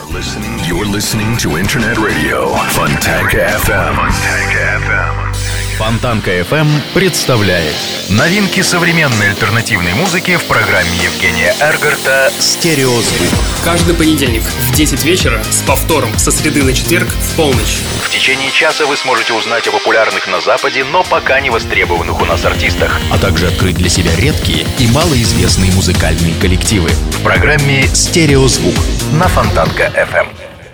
You're listening to Internet Radio Fontanka FM. Фонтанка FM представляет новинки современной альтернативной музыки в программе Евгения Эргарта «Стереозвук». Каждый понедельник в 10 вечера с повтором со среды на четверг в полночь. В течение часа вы сможете узнать о популярных на Западе, но пока не востребованных у нас артистах, а также открыть для себя редкие и малоизвестные музыкальные коллективы в программе «Стереозвук» на Фонтанка FM.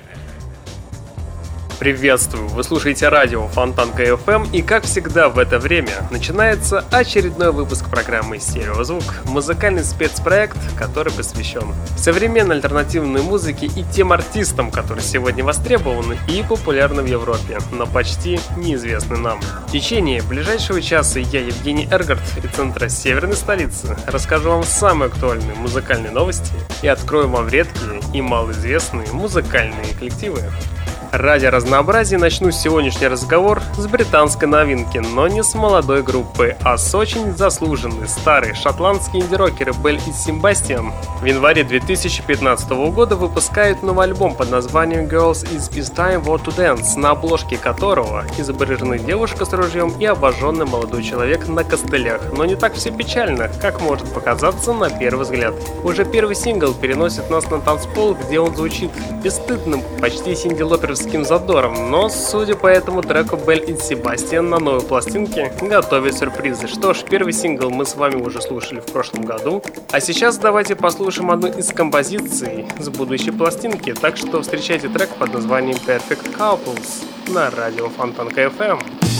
Приветствую! Вы слушаете радио Фонтанка FM, и как всегда в это время начинается очередной выпуск программы «Стереозвук», музыкальный спецпроект, который посвящен современной альтернативной музыке и тем артистам, которые сегодня востребованы и популярны в Европе, но почти неизвестны нам. В течение ближайшего часа я, Евгений Эргарт, из центра северной столицы, расскажу вам самые актуальные музыкальные новости и открою вам редкие и малоизвестные музыкальные коллективы. Ради разнообразия начну сегодняшний разговор с британской новинки, но не с молодой группы, а с очень заслуженной старой шотландские инди-рокеры Белль и Себастьян. В январе 2015 года выпускают новый альбом под названием Girls It's Time for to Dance, на обложке которого изображены девушка с ружьем и обожженный молодой человек на костылях. Но не так все печально, как может показаться на первый взгляд. Уже первый сингл переносит нас на танцпол, где он звучит бесстыдным, почти синди-лоперовским задором, но, судя по этому треку, Белль и Себастьян на новой пластинке готовят сюрпризы. Что ж, первый сингл мы с вами уже слушали в прошлом году, а сейчас давайте послушаем одну из композиций с будущей пластинки, так что встречайте трек под названием Perfect Couples на радио Фонтанка FM.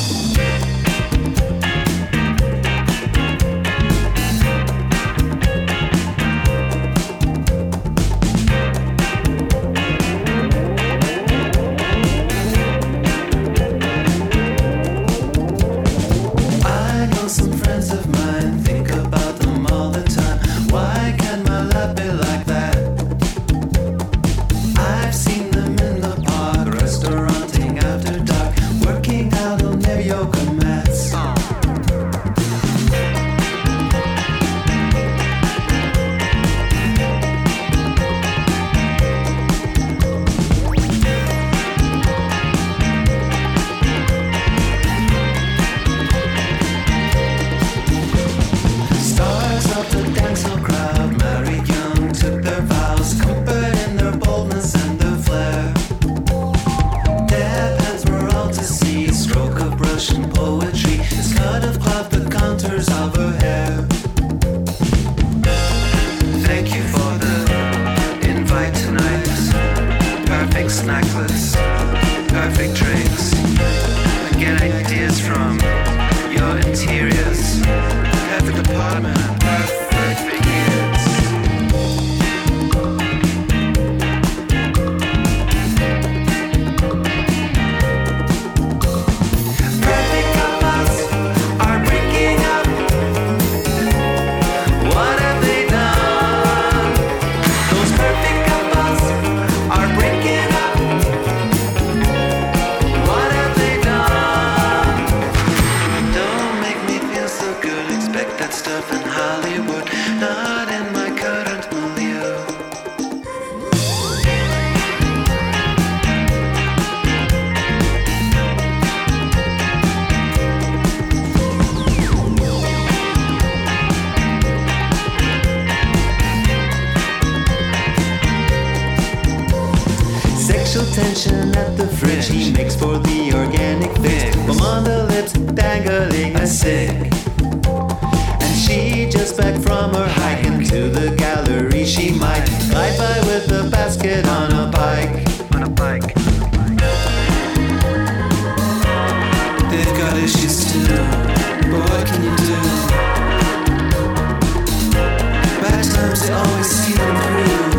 Tension at the fridge, he makes for the organic fix. Bum on the lips, dangling a cig. And she just back from her hike into the gallery. She might glide by with a basket on a bike. They've got issues too, but what can you do? Bad times, they always see them through.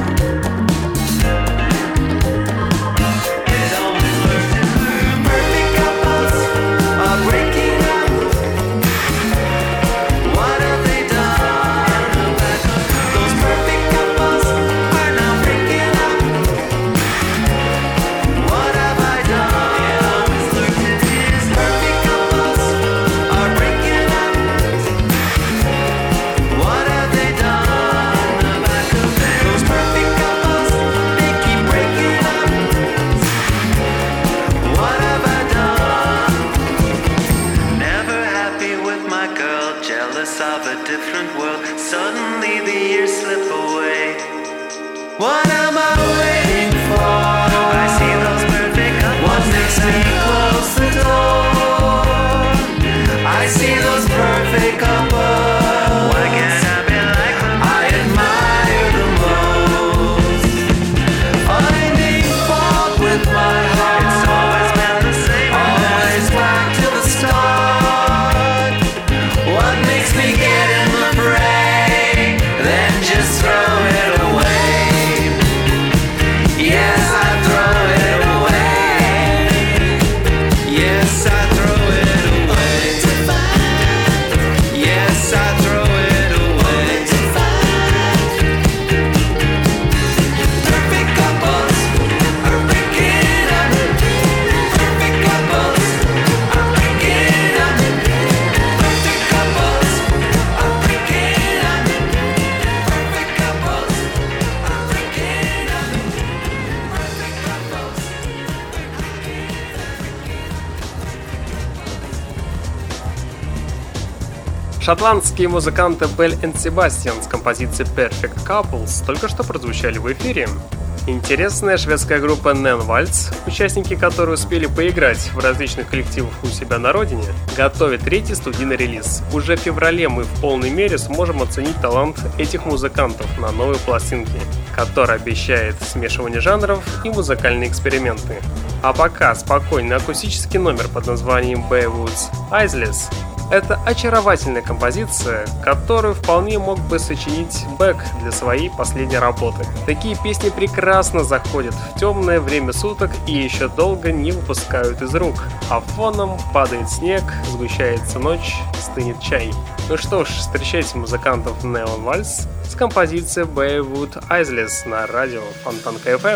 What am I waiting for? I see those perfect couples. What makes me close the door? I see those perfect couples. Why can't I be like them? I admire the most. Finding fault with my heart. It's always been the same. Always back to the start. What makes me get in the fray? Then just throw it away. Yes, I throw it away. Yes, I throw it away. Yes, I throw it away. Perfect couples are breaking up. Perfect couples are breaking up. Perfect couples are breaking up. Perfect couples are breaking up. Perfect couples. Шотландские музыканты Belle and Sebastian с композицией Perfect Couples только что прозвучали в эфире. Интересная шведская группа Nine Waltz, участники которой успели поиграть в различных коллективах у себя на родине, готовит третий студийный релиз. Уже в феврале мы в полной мере сможем оценить талант этих музыкантов на новой пластинке, которая обещает смешивание жанров и музыкальные эксперименты. А пока спокойный акустический номер под названием Baywood's Isles. Это очаровательная композиция, которую вполне мог бы сочинить Бек для своей последней работы. Такие песни прекрасно заходят в темное время суток и еще долго не выпускают из рук. А фоном падает снег, сгущается ночь, стынет чай. Ну что ж, встречайте музыкантов Neon Waltz с композицией Baywood Isles на радио Фонтанка FM.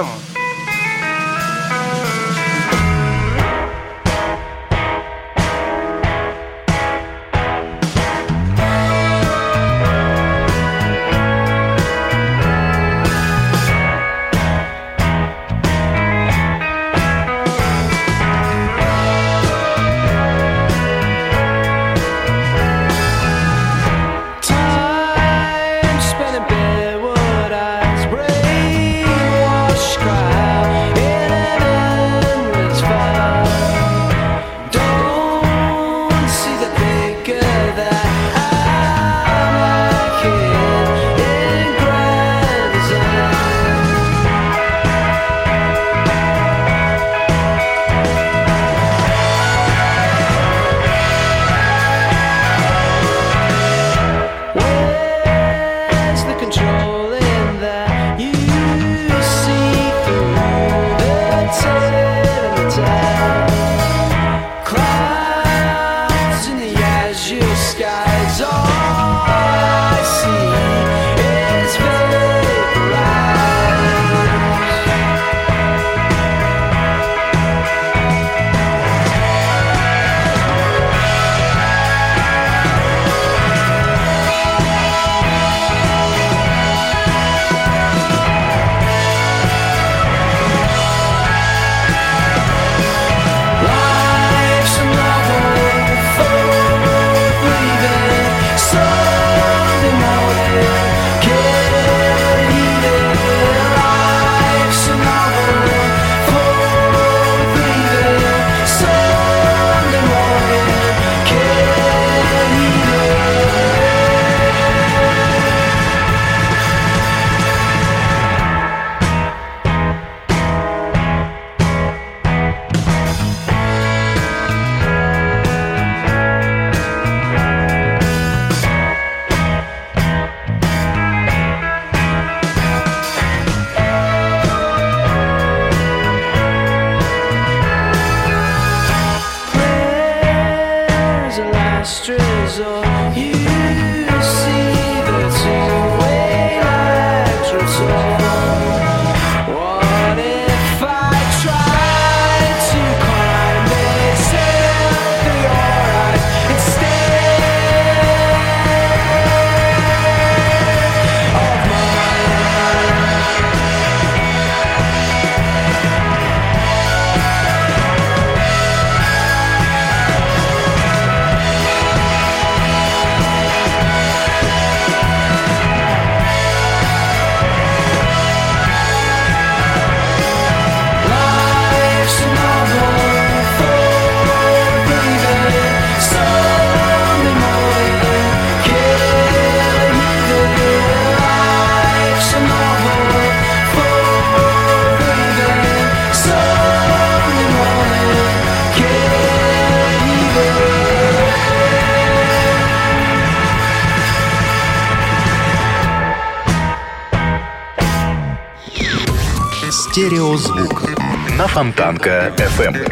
Time spent in Baywood Eyes, brainwashed crowd in an Стереозвук на Фонтанка FM.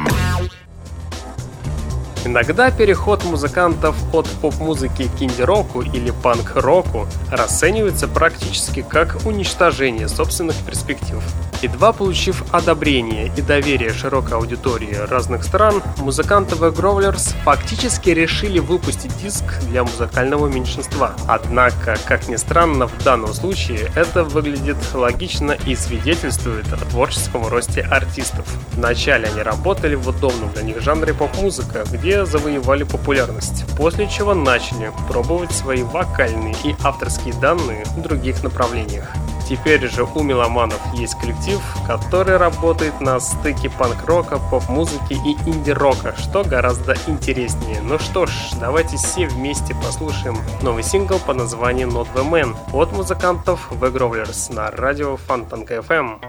Иногда переход музыкантов от поп-музыки к инди-року или панк-року расценивается практически как уничтожение собственных перспектив. Едва получив одобрение и доверие широкой аудитории разных стран, музыканты The Growlers фактически решили выпустить диск для музыкального меньшинства. Однако, как ни странно, в данном случае это выглядит логично и свидетельствует о творческом росте артистов. Вначале они работали в удобном для них жанре поп-музыка, где завоевали популярность, после чего начали пробовать свои вокальные и авторские данные в других направлениях. Теперь же у меломанов есть коллектив, который работает на стыке панк-рока, поп-музыки и инди-рока, что гораздо интереснее. Ну что ж, давайте все вместе послушаем новый сингл под названием Not The Man от музыкантов The Growlers на радио Фонтанка FM.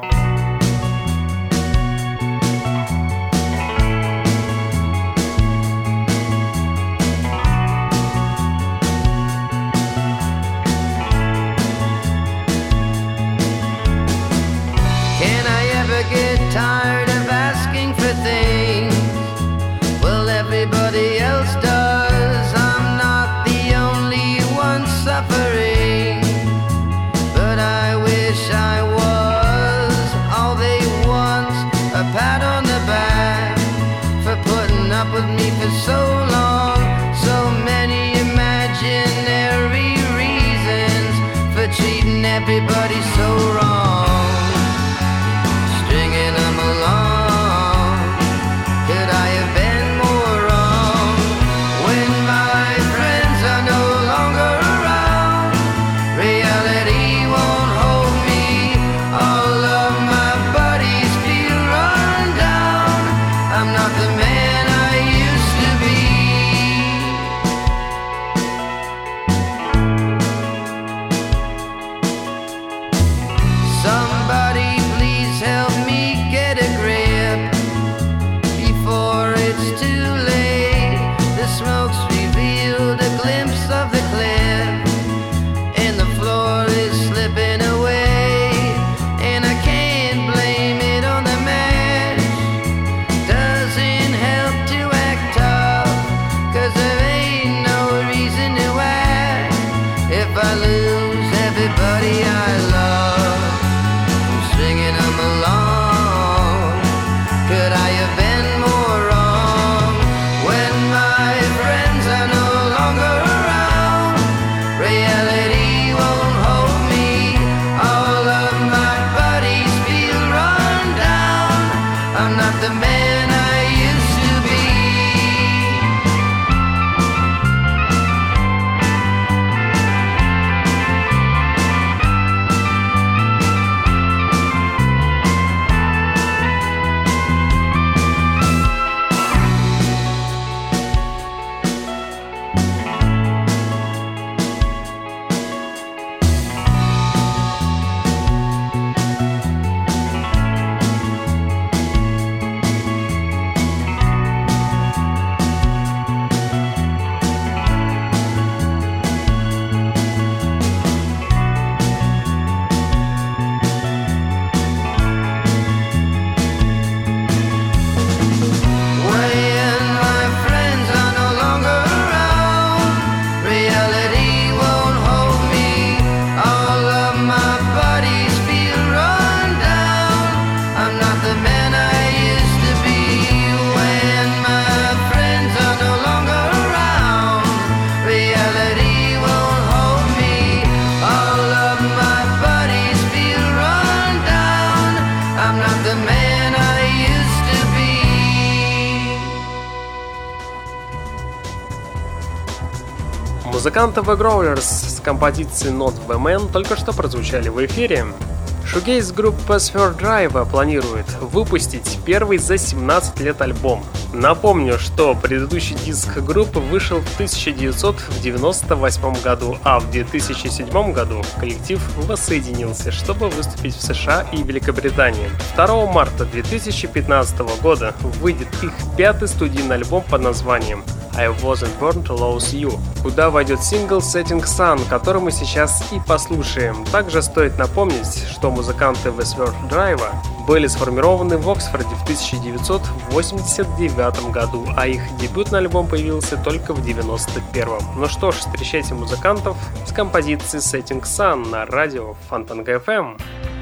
Tired of asking for things. Well, everybody else does. I'm not the only one suffering, but I wish I was. All they want, a pat on the back for putting up with me for so long. So many imaginary reasons for treating everybody so wrong. Музыканты The Growlers с композицией Not The Man только что прозвучали в эфире. Шугейз-группа Sphere Drive планирует выпустить первый за 17 лет альбом. Напомню, что предыдущий диск группы вышел в 1998 году, а в 2007 году коллектив воссоединился, чтобы выступить в США и Великобритании. 2 марта 2015 года выйдет их пятый студийный альбом под названием I Wasn't Born to Lose You, куда войдет сингл Setting Sun, который мы сейчас и послушаем. Также стоит напомнить, что музыканты Westward Drive были сформированы в Оксфорде в 1989 году, а их дебютный альбом появился только в 1991. Ну что ж, встречайте музыкантов с композицией Setting Sun на радио Фонтанка FM.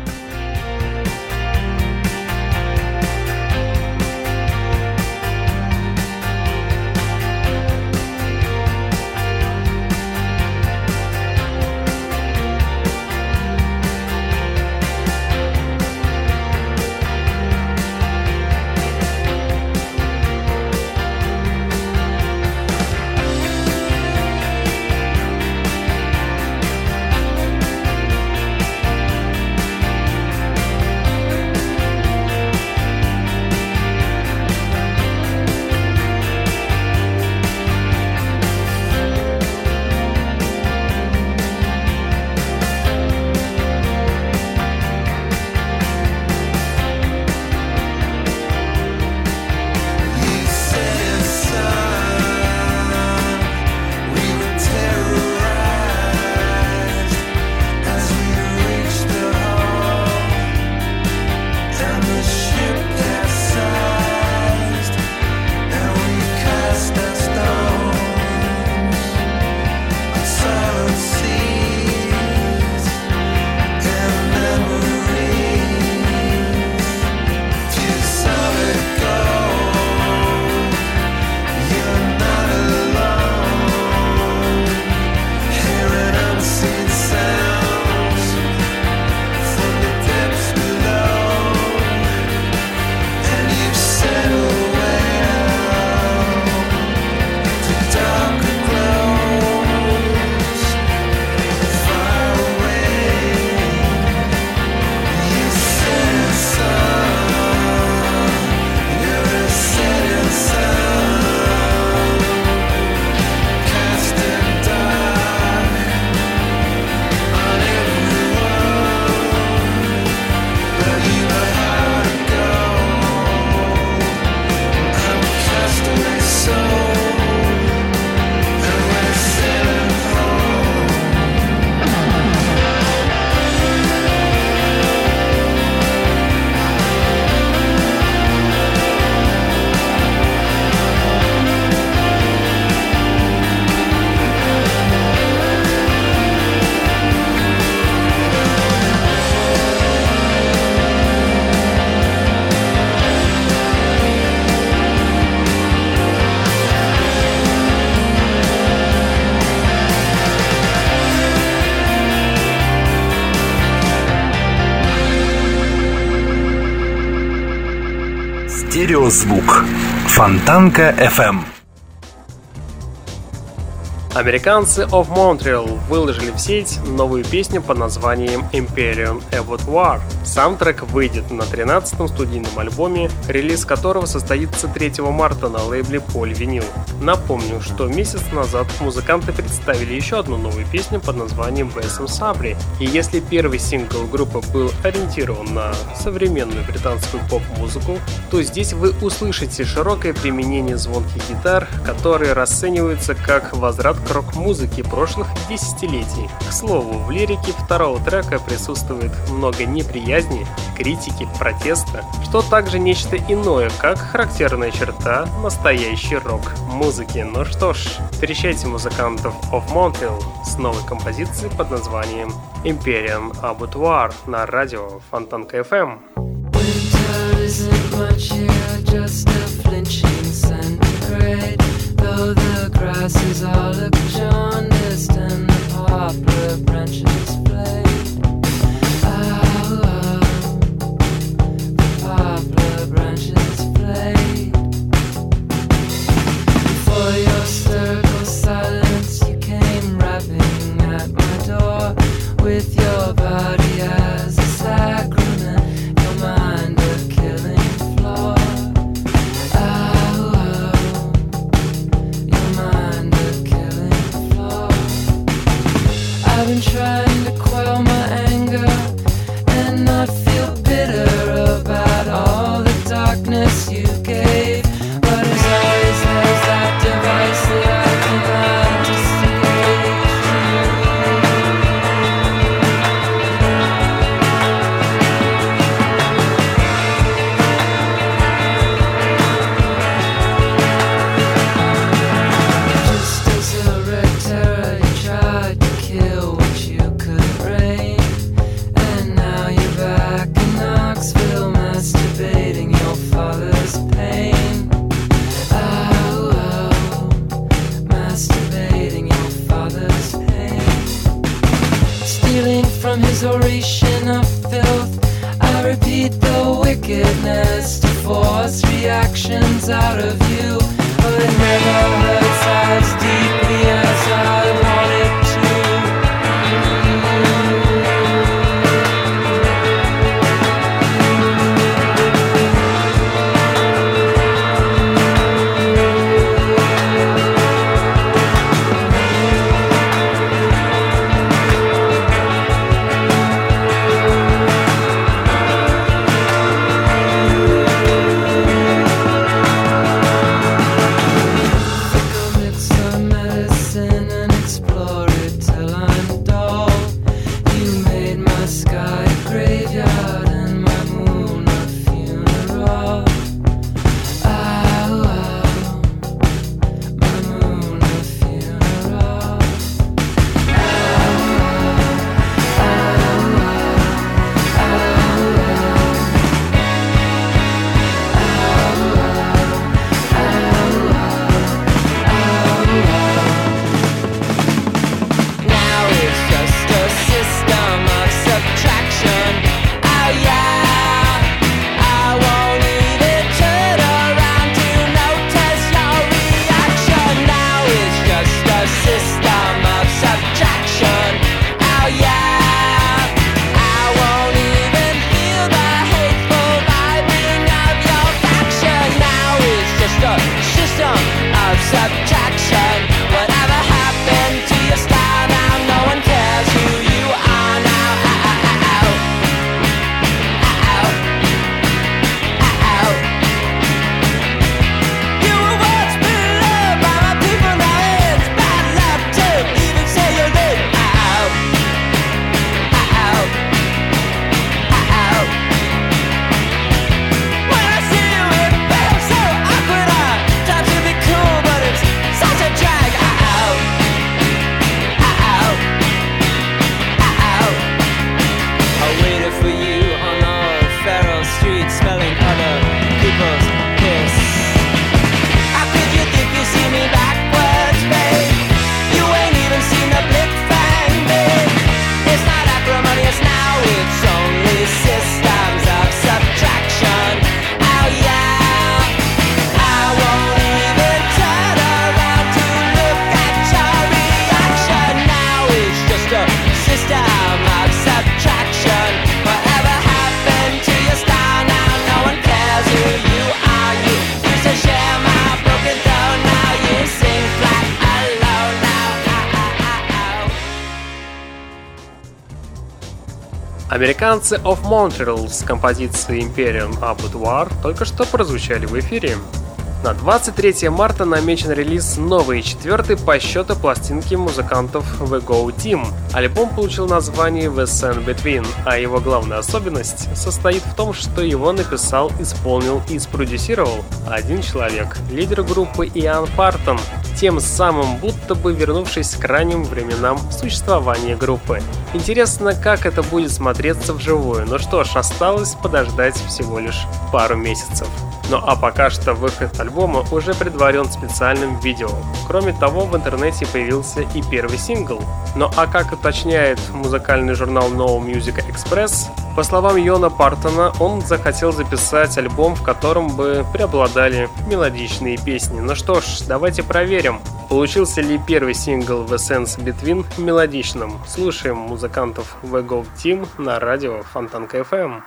Стереозвук. Фонтанка FM. Американцы of Montreal выложили в сеть новую песню под названием Imperium Abattoir. Сам трек выйдет на 13-м студийном альбоме, релиз которого состоится 3 марта на лейбле Polyvinyl. Напомню, что месяц назад музыканты представили еще одну новую песню под названием Bessem Sabri. И если первый сингл группы был ориентирован на современную британскую поп-музыку, то здесь вы услышите широкое применение звонких гитар, которые расцениваются как возврат к рок-музыке прошлых десятилетий. К слову, в лирике второго трека присутствует много неприязни, критики, протеста, что также нечто иное, как характерная черта настоящей рок-музыки. Ну что ж, встречайте музыкантов of Montreal с новой композицией под названием Imperium Abattoir на радио Фонтанка FM. Though the grass is all a bit jaundiced and the poplar branches fade. Oh, oh, the poplar branches fade. For your circle silence, you came rapping at my door with your body as a sacrament, your mind a killing floor. I've been trying to quell repeat the wickedness to force reactions out of you, but it never hurts as deeply as I want it to. Американцы of Montreal с композицией Imperium Abattoir только что прозвучали в эфире. На 23 марта намечен релиз новой, 4-й по счету пластинки музыкантов The Go Team. Альбом получил название The Sun Between, а его главная особенность состоит в том, что его написал, исполнил и спродюсировал один человек, лидер группы Иан Партон, тем самым будто бы вернувшись к ранним временам существования группы. Интересно, как это будет смотреться вживую, но что ж, осталось подождать всего лишь пару месяцев. Ну а пока что выход альбома уже предварен специальным видео. Кроме того, в интернете появился и первый сингл. Ну а как уточняет музыкальный журнал No Music Express, по словам Иона Партона, он захотел записать альбом, в котором бы преобладали мелодичные песни. Ну что ж, давайте проверим, получился ли первый сингл The Sense Between мелодичным. Слушаем музыкантов The Go Team на радио Фонтанка FM.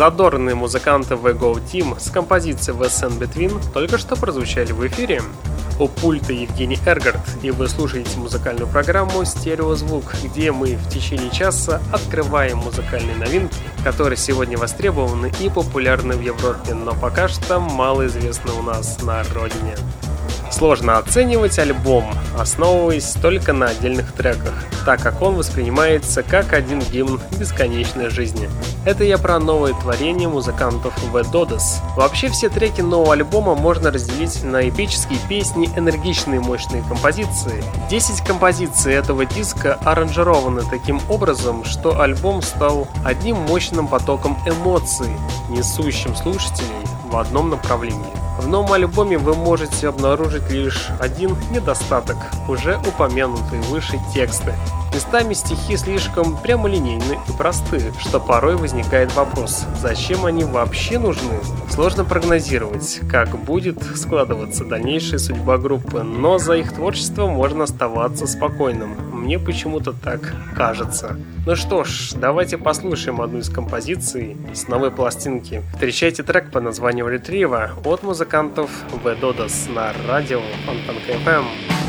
Задорные музыканты The Go Team с композицией The Sun Between только что прозвучали в эфире. У пульта Евгений Эргард, и вы слушаете музыкальную программу «Стереозвук», где мы в течение часа открываем музыкальные новинки, которые сегодня востребованы и популярны в Европе, но пока что малоизвестны у нас на родине. Сложно оценивать альбом, основываясь только на отдельных треках, так как он воспринимается как один гимн бесконечной жизни. Это я про новые творения музыкантов The Dodos. Вообще все треки нового альбома можно разделить на эпические песни, энергичные мощные композиции. 10 композиций этого диска аранжированы таким образом, что альбом стал одним мощным потоком эмоций, несущим слушателей в одном направлении. В новом альбоме вы можете обнаружить лишь один недостаток – уже упомянутые выше тексты. Местами стихи слишком прямолинейны и просты, что порой возникает вопрос, зачем они вообще нужны? Сложно прогнозировать, как будет складываться дальнейшая судьба группы, но за их творчеством можно оставаться спокойным. Мне почему-то так кажется. Ну что ж, давайте послушаем одну из композиций с новой пластинки. Встречайте трек под названием Retriever от музыкантов The Dodos на радио Фонтанка FM.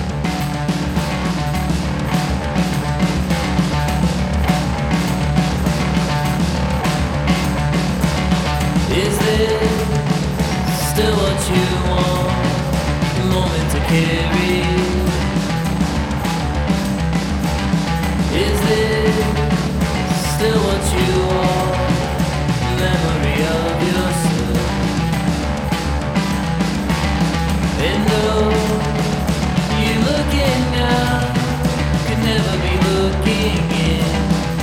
Is this still what you want? A moment to carry. Is this still what you want? Memory of yourself. And though you're looking out, could never be looking in.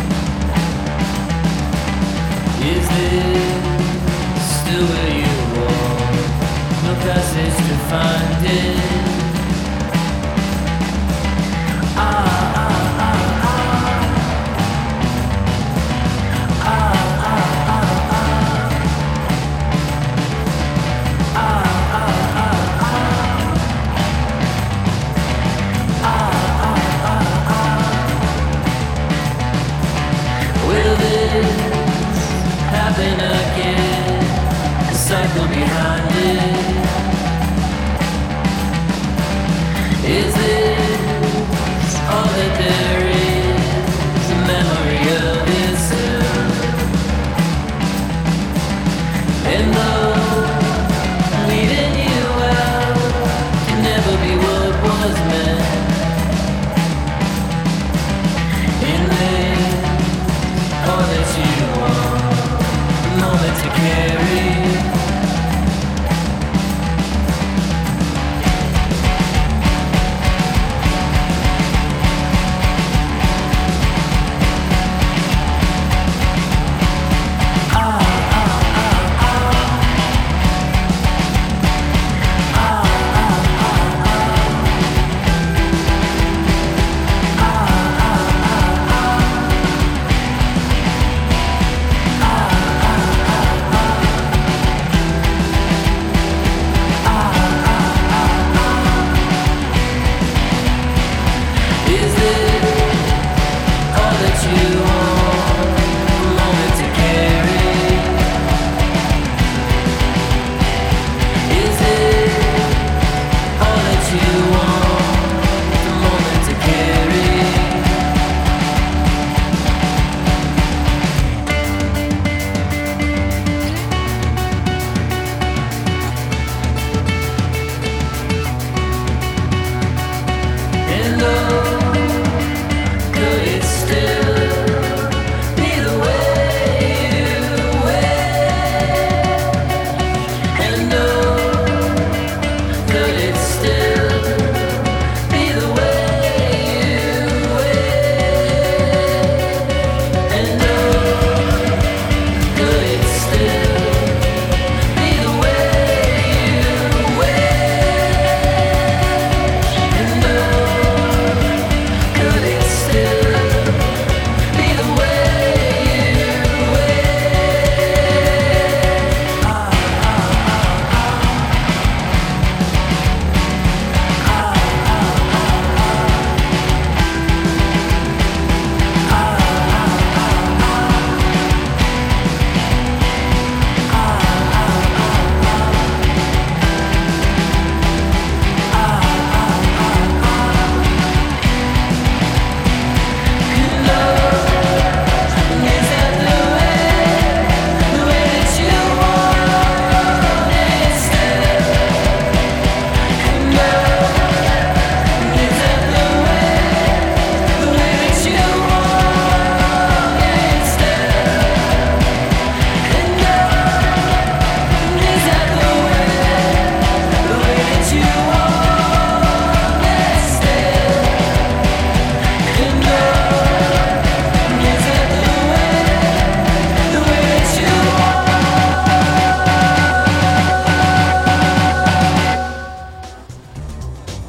Is this still where you are? No passage to find it. Will this happen again? The cycle behind it.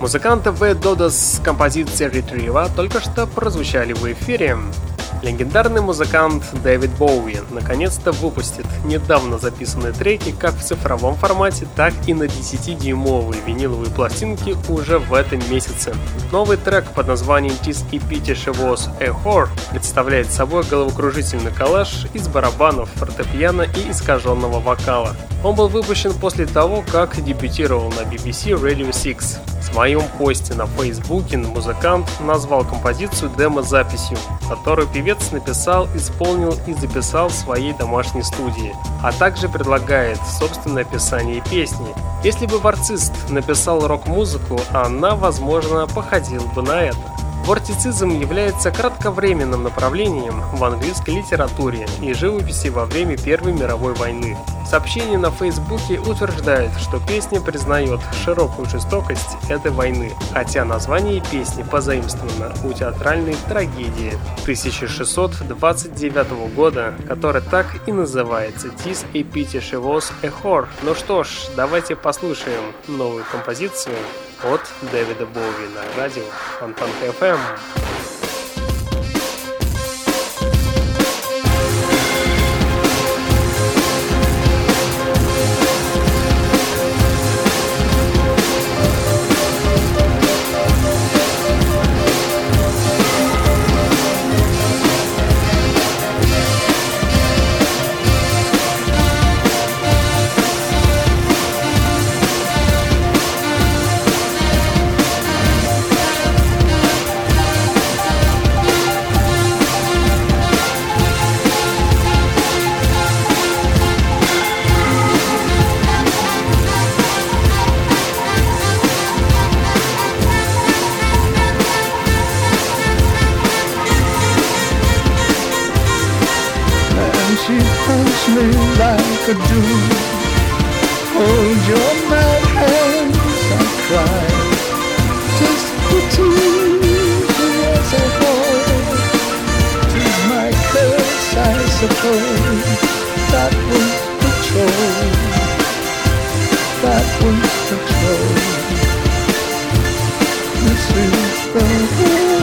Музыканты The Dodos с композицией Retriever только что прозвучали в эфире. Легендарный музыкант Дэвид Боуи наконец-то выпустит недавно записанные треки как в цифровом формате, так и на 10-дюймовые виниловые пластинки уже в этом месяце. Новый трек под названием This EP She Was a Whore представляет собой головокружительный коллаж из барабанов, фортепиано и искаженного вокала. Он был выпущен после того, как дебютировал на BBC Radio 6. В своем посте на Фейсбуке музыкант назвал композицию демо-записью, которую певец написал, исполнил и записал в своей домашней студии, а также предлагает собственное описание песни. Если бы артист написал рок-музыку, она, возможно, походила бы на это. Вортицизм является кратковременным направлением в английской литературе и живописи во время Первой мировой войны. Сообщение на Фейсбуке утверждает, что песня признает широкую жестокость этой войны, хотя название песни позаимствовано у театральной трагедии 1629 года, которая так и называется This EP She Was a Whore. Ну что ж, давайте послушаем новую композицию от Дэвида Боуи на радио Фонтанка FM. Me like a doom. Hold your mad hands, I cried. Tis pity she was a whore. Tis my curse, I suppose. That was patrol. That was patrol. This is the war.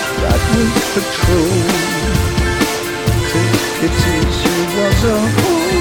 Patrol. Take pity, she was a whore.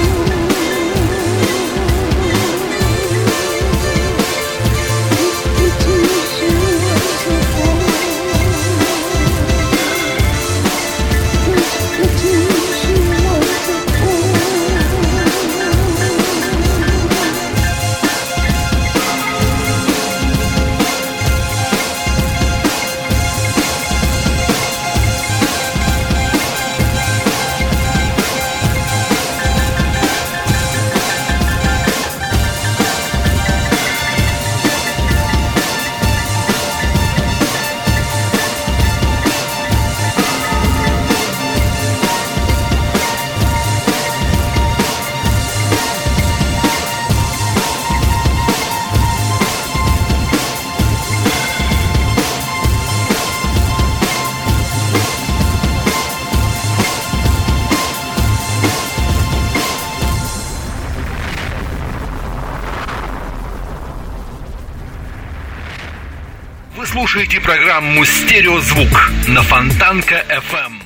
Вы слушаете программу «Стереозвук» на Фонтанка FM.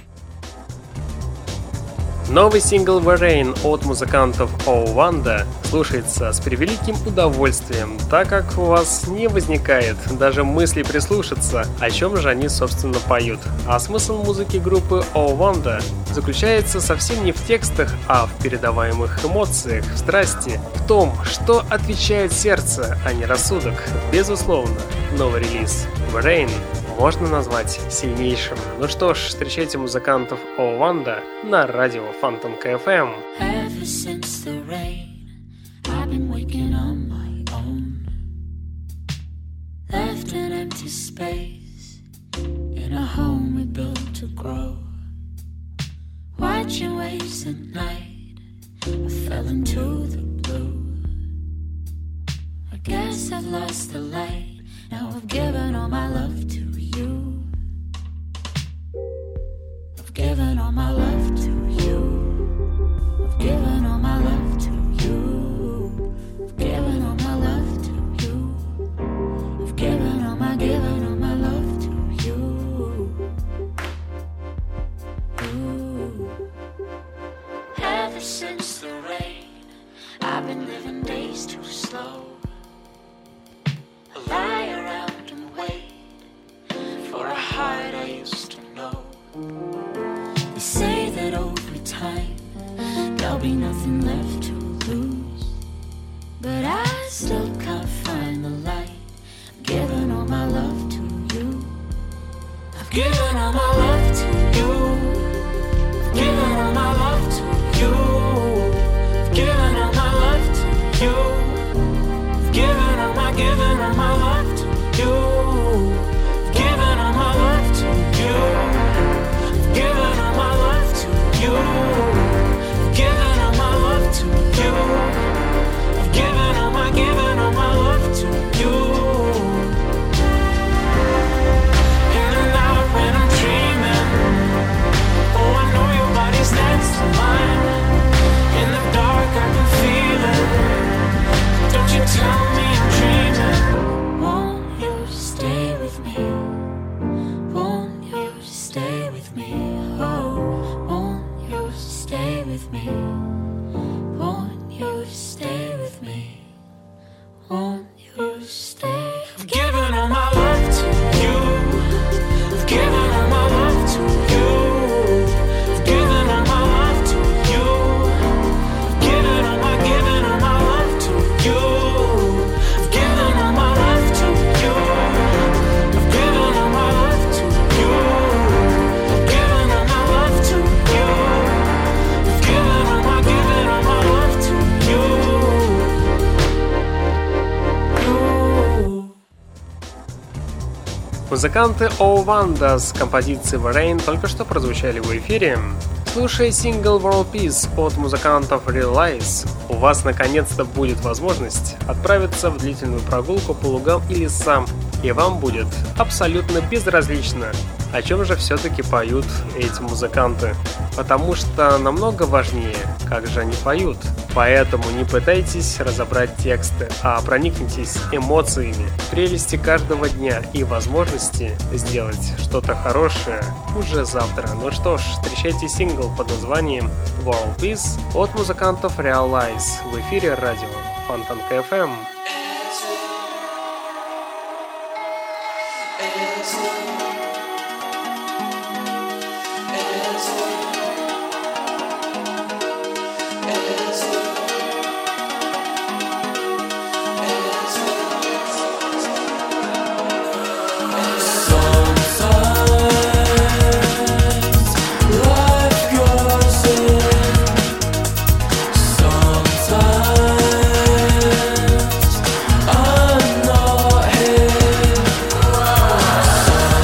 Новый сингл «The Rain» от музыкантов Oh Wanda слушается с превеликим удовольствием, так как у вас не возникает даже мысли прислушаться, о чем же они, собственно, поют. А смысл музыки группы Oh Wanda заключается совсем не в текстах, а в передаваемых эмоциях, в страсти, в том, что отвечает сердце, а не рассудок. Безусловно, новый релиз «The Rain» можно назвать сильнейшим. Ну что ж, встречайте музыкантов Oh Wanda на радио Фонтанка FM. Ever since the rain, I've been waking on my own. Left an empty space in a home we built to grow. Watching waves at night, I fell into the blue. I guess I've lost the light. Now I've given all my love to you. I've given all my love to you. I've given all my love to you. I've given all my love to you. I've given all my love to you. Ooh. Ever since the rain, I've been living days too slow. Lie around and wait for a heart I used to know. They say that over time there'll be nothing left to lose, but I still can't find the light. I've given all my love to you. I've given all my love to you. I've given all my love to you. I've given all my love to you. I've given all my love to you. I've given all my love to you. I've given all my love to you. I've given all my love to you. I've given all my love to you. In the night when I'm dreaming, oh I know your body's next to mine. In the dark I can feel it. Don't you tell me I'm dreaming. Won't you stay with me? Won't you stay with me? Oh, won't you stay with me? Won't you stay with me? Won't you stay? I've given all my love to you. I've given all my love to you. I've given all my love to you. I've given all my love to you. I've given all my love to you. I've given all my love to you. I've given all my love to you. I've given all my love to you. Музыканты Oh Wanda с композицией The Rain только что прозвучали в эфире. Слушая сингл World Peace от музыкантов Realize, у вас наконец-то будет возможность отправиться в длительную прогулку по лугам и лесам, и вам будет абсолютно безразлично, о чем же все-таки поют эти музыканты. Потому что намного важнее, как же они поют. Поэтому не пытайтесь разобрать тексты, а проникнитесь эмоциями, прелести каждого дня и возможности сделать что-то хорошее уже завтра. Ну что ж, встречайте сингл под названием World Peace от музыкантов Realize в эфире радио Фонтанка FM. Sometimes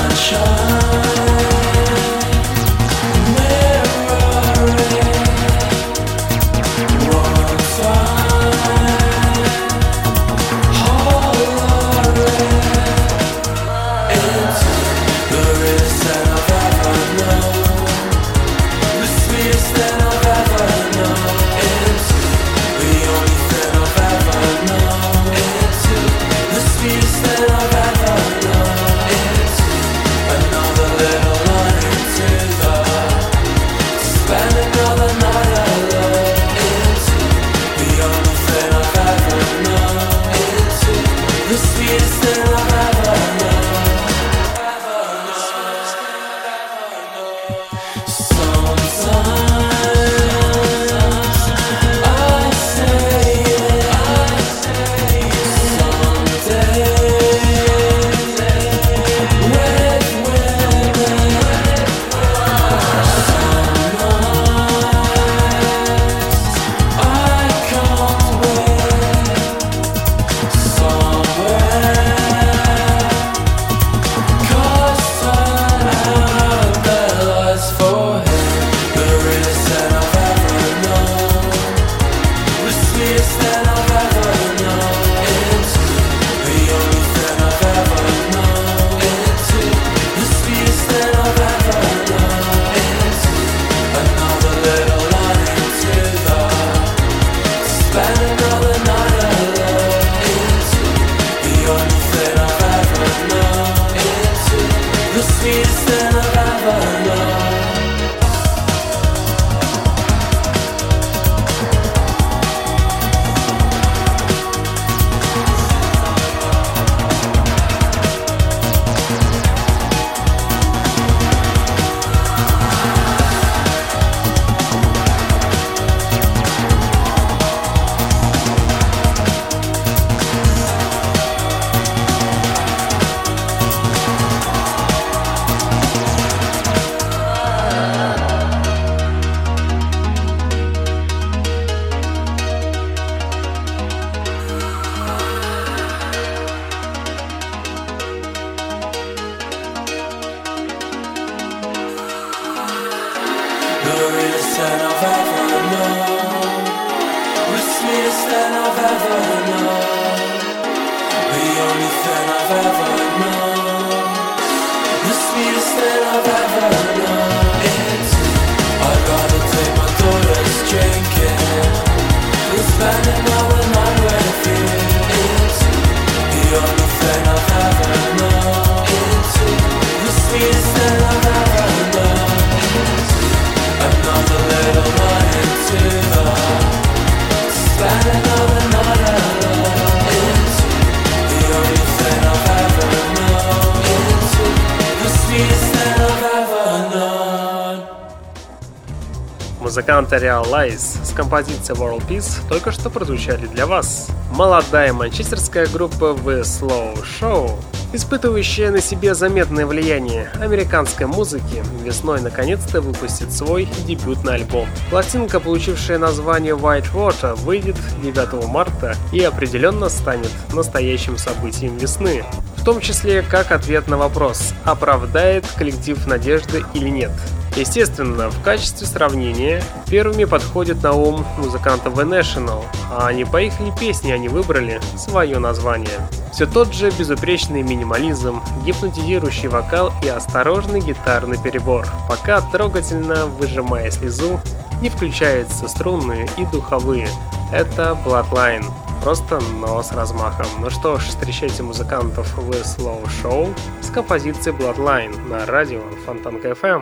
музыканты Realize с композицией World Peace только что прозвучали для вас. Молодая манчестерская группа The Slow Show, испытывающая на себе заметное влияние американской музыки, весной наконец-то выпустит свой дебютный альбом. Пластинка, получившая название White Water, выйдет 9 марта и определенно станет настоящим событием весны. В том числе как ответ на вопрос, оправдает коллектив надежды или нет. Естественно, в качестве сравнения первыми подходят на ум музыканты The National, а не по их ли песне они выбрали свое название. Все тот же безупречный минимализм, гипнотизирующий вокал и осторожный гитарный перебор, пока трогательно выжимая слезу, не включаются струнные и духовые. Это Bloodline. Просто, но с размахом. Ну что ж, встречайте музыкантов The Slow Show с композицией Bloodline на радио Фонтанка FM.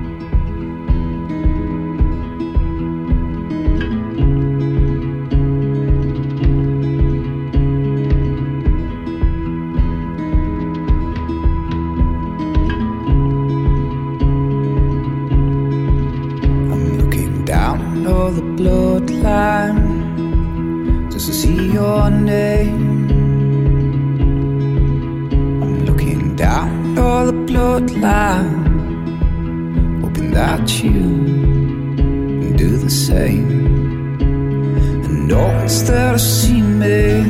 The bloodline just to see your name. I'm looking down all the bloodline, hoping that you can do the same. And no one's there to see me,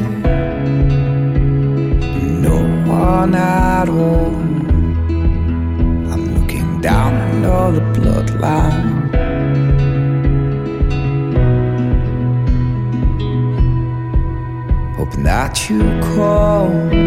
no one at all. I'm looking down all the bloodline, hoping that you call.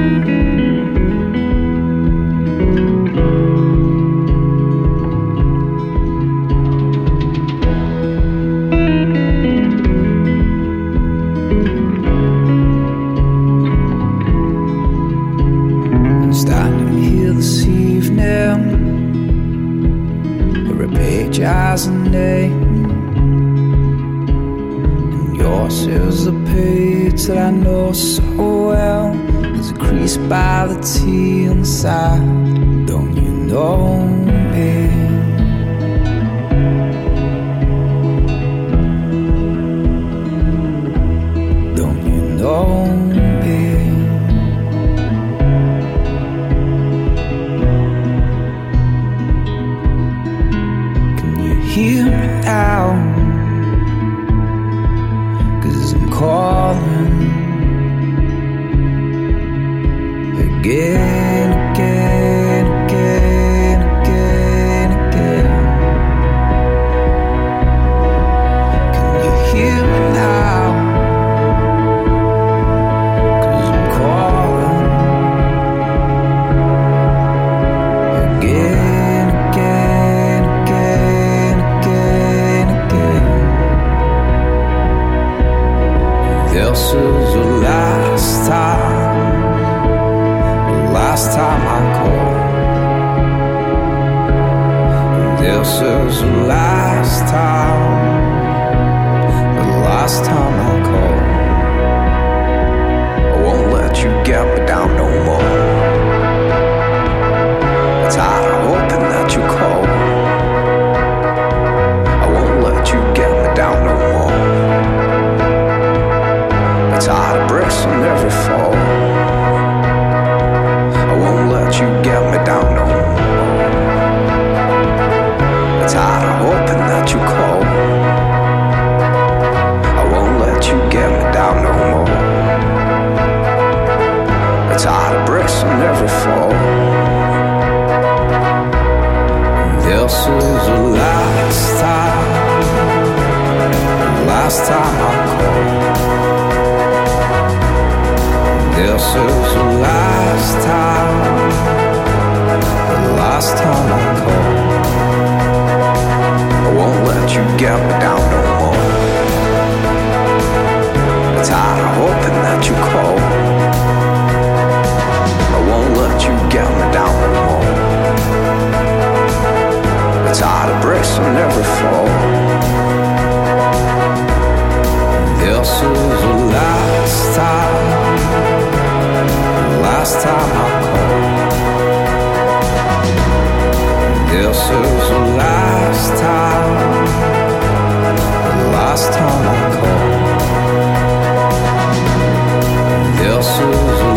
I'm standing here this evening, every page has a name. Yours is the page that I know so well. There's a crease by the T inside. Don't you know me? Don't you know me? Can you hear me now? Calling again, again, again, again, again. Can you hear me now? 'Cause I'm calling again, again, again, again, again. This is the last time I call. This is the last time I call. I won't let you get me down no more. I'm tired of hoping that you call. I won't let you get me down no more. Tired of bracing every fall. I won't let you get me down no more. Tired of hoping that you call. I won't let you get me down no more. Tired of bracing every fall. This is the last time I call. This is the last time I call. I won't let you get me down no more. I'm tired of hoping that you call. I won't let you get me down no more. I'm tired of bracing every fall. This is the last time I call. This is the last time This is the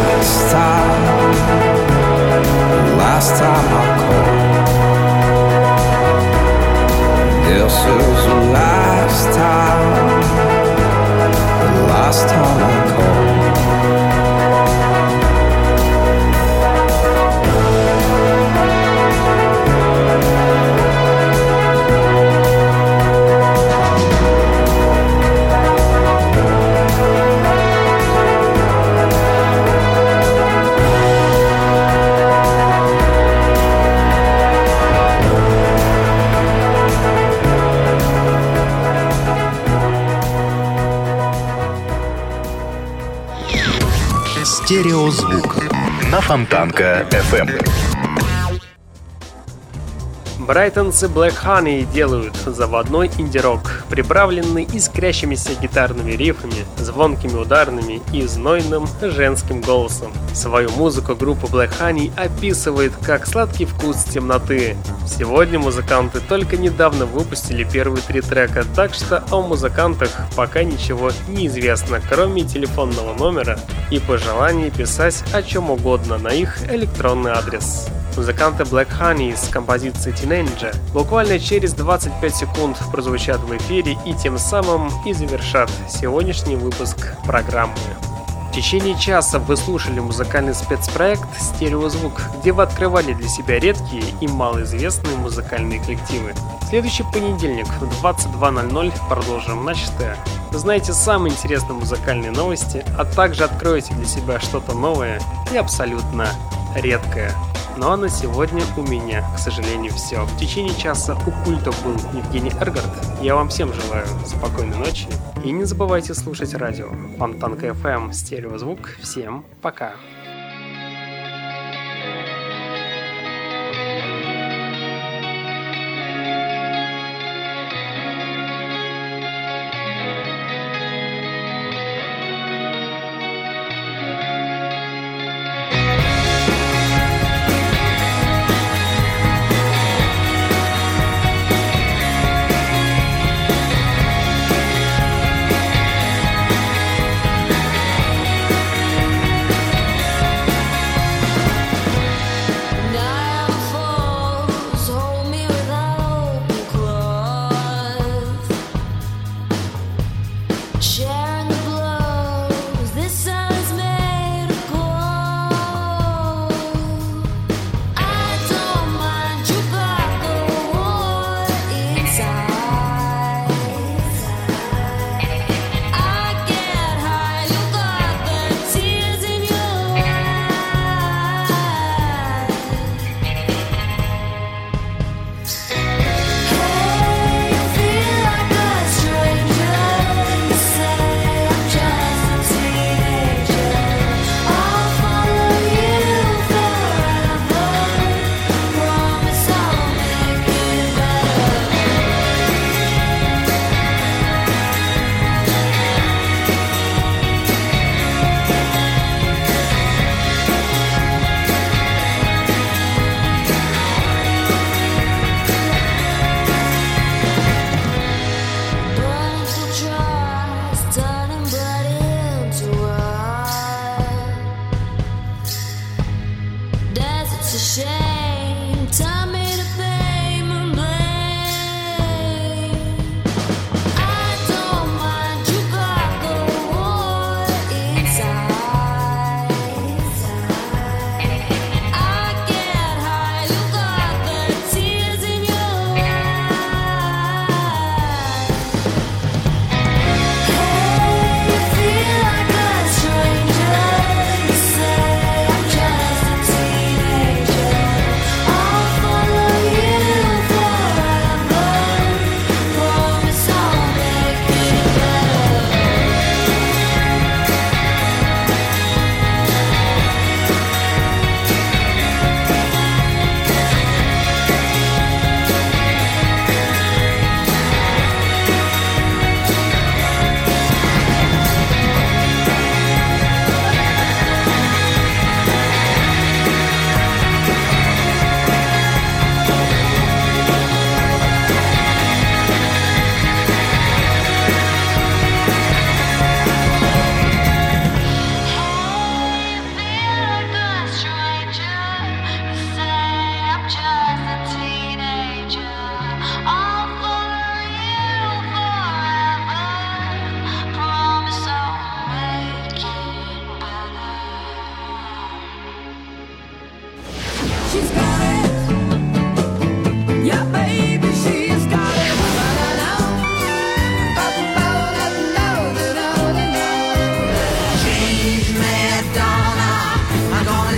last time I call. This is the last time I call. Стереозвук на Фонтанка FM. Брайтонцы Black Honey делают заводной инди-рок, приправленный искрящимися гитарными рифами, звонкими ударными и знойным женским голосом. Свою музыку группа Black Honey описывает как сладкий вкус темноты. Сегодня музыканты только недавно выпустили первые 3 трека, так что о музыкантах пока ничего не известно, кроме телефонного номера и пожелания писать о чем угодно на их электронный адрес. Музыканты Black Honey с композицией Teenager буквально через 25 секунд прозвучат в эфире и тем самым и завершат сегодняшний выпуск программы. В течение часа вы слушали музыкальный спецпроект «Стереозвук», где вы открывали для себя редкие и малоизвестные музыкальные коллективы. В следующий понедельник в 22:00 продолжим начатое. Узнаете самые интересные музыкальные новости, а также откроете для себя что-то новое и абсолютно редкое. Ну а на сегодня у меня, к сожалению, все. В течение часа у пульта был Евгений Эргард. Я вам всем желаю спокойной ночи. И не забывайте слушать радио Фонтанка FM, стереозвук. Всем пока.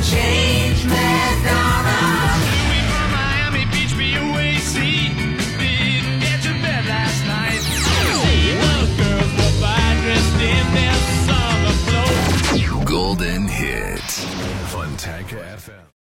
change Madonna. Louis from Miami Beach, be away, see. Didn't get to bed last night. See those girls go by dressed in their summer clothes. Golden Hits. Fontanka FM.